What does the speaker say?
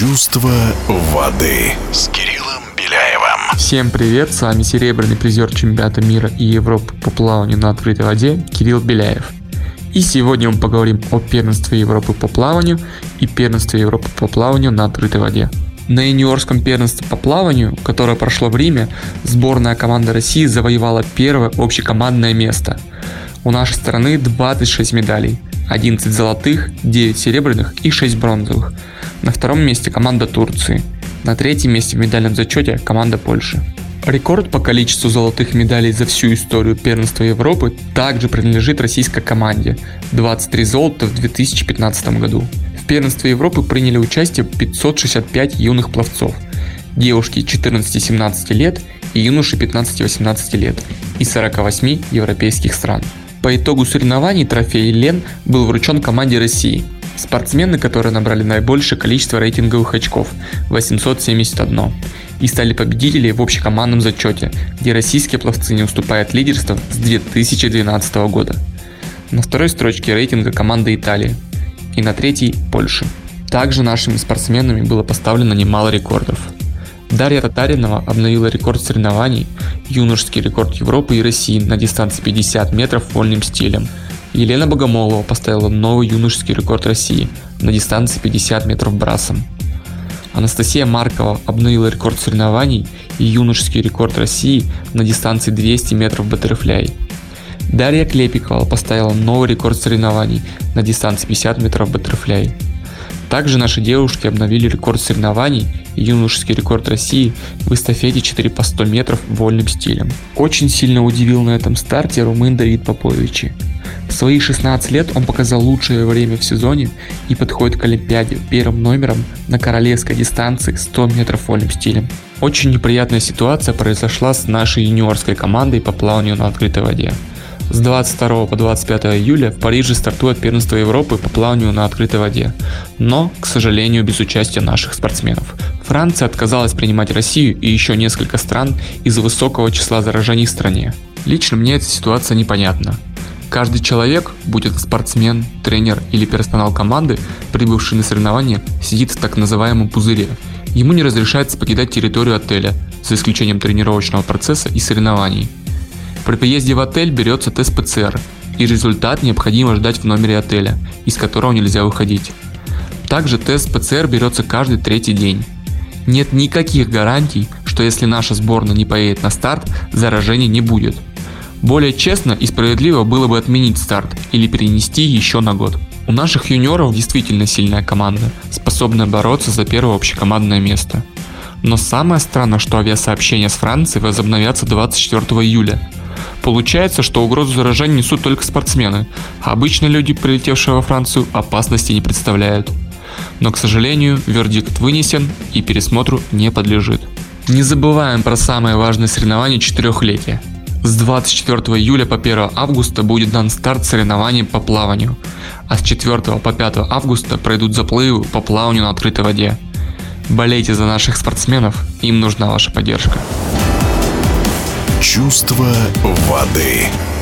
Чувство воды с Кириллом Беляевым. Всем привет, с вами серебряный призер чемпионата мира и Европы по плаванию на открытой воде Кирилл Беляев. И сегодня мы поговорим о первенстве Европы по плаванию и первенстве Европы по плаванию на открытой воде. На юниорском первенстве по плаванию, которое прошло в Риме, сборная команда России завоевала первое общекомандное место. У нашей страны 26 медалей, 11 золотых, 9 серебряных и 6 бронзовых. На втором месте команда Турции. На третьем месте в медальном зачете команда Польши. Рекорд по количеству золотых медалей за всю историю первенства Европы также принадлежит российской команде – 23 золота в 2015 году. В первенстве Европы приняли участие 565 юных пловцов, девушки 14-17 лет и юноши 15-18 лет из 48 европейских стран. По итогу соревнований трофей Лен был вручен команде России. Спортсмены, которые набрали наибольшее количество рейтинговых очков – 871, и стали победителями в общекомандном зачете, где российские пловцы не уступают лидерство с 2012 года. На второй строчке рейтинга команда Италии и на третьей – Польша. Также нашими спортсменами было поставлено немало рекордов. Дарья Татаринова обновила рекорд соревнований, юношеский рекорд Европы и России на дистанции 50 метров вольным стилем. Елена Богомолова поставила новый юношеский рекорд России на дистанции 50 метров брасом. Анастасия Маркова обновила рекорд соревнований и юношеский рекорд России на дистанции 200 метров баттерфляй. Дарья Клепикова поставила новый рекорд соревнований на дистанции 50 метров баттерфляй. Также наши девушки обновили рекорд соревнований и юношеский рекорд России в эстафете 4 по 100 метров вольным стилем. Очень сильно удивил на этом старте румын Давид Попович. В свои 16 лет он показал лучшее время в сезоне и подходит к Олимпиаде первым номером на королевской дистанции 100 метров вольным стилем. Очень неприятная ситуация произошла с нашей юниорской командой по плаванию на открытой воде. С 22 по 25 июля в Париже стартует первенство Европы по плаванию на открытой воде, но, к сожалению, без участия наших спортсменов. Франция отказалась принимать Россию и еще несколько стран из-за высокого числа заражений в стране. Лично мне эта ситуация непонятна. Каждый человек, будь это спортсмен, тренер или персонал команды, прибывший на соревнования, сидит в так называемом пузыре. Ему не разрешается покидать территорию отеля, за исключением тренировочного процесса и соревнований. При приезде в отель берется тест ПЦР, и результат необходимо ждать в номере отеля, из которого нельзя выходить. Также тест ПЦР берется каждый третий день. Нет никаких гарантий, что если наша сборная не поедет на старт, заражений не будет. Более честно и справедливо было бы отменить старт или перенести еще на год. У наших юниоров действительно сильная команда, способная бороться за первое общекомандное место. Но самое странное, что авиасообщения с Францией возобновятся 24 июля. Получается, что угрозу заражения несут только спортсмены, а обычные люди, прилетевшие во Францию, опасности не представляют. Но, к сожалению, вердикт вынесен и пересмотру не подлежит. Не забываем про самое важное соревнование четырехлетия. С 24 июля по 1 августа будет дан старт соревнований по плаванию, а с 4 по 5 августа пройдут заплывы по плаванию на открытой воде. Болейте за наших спортсменов, им нужна ваша поддержка. Чувство воды.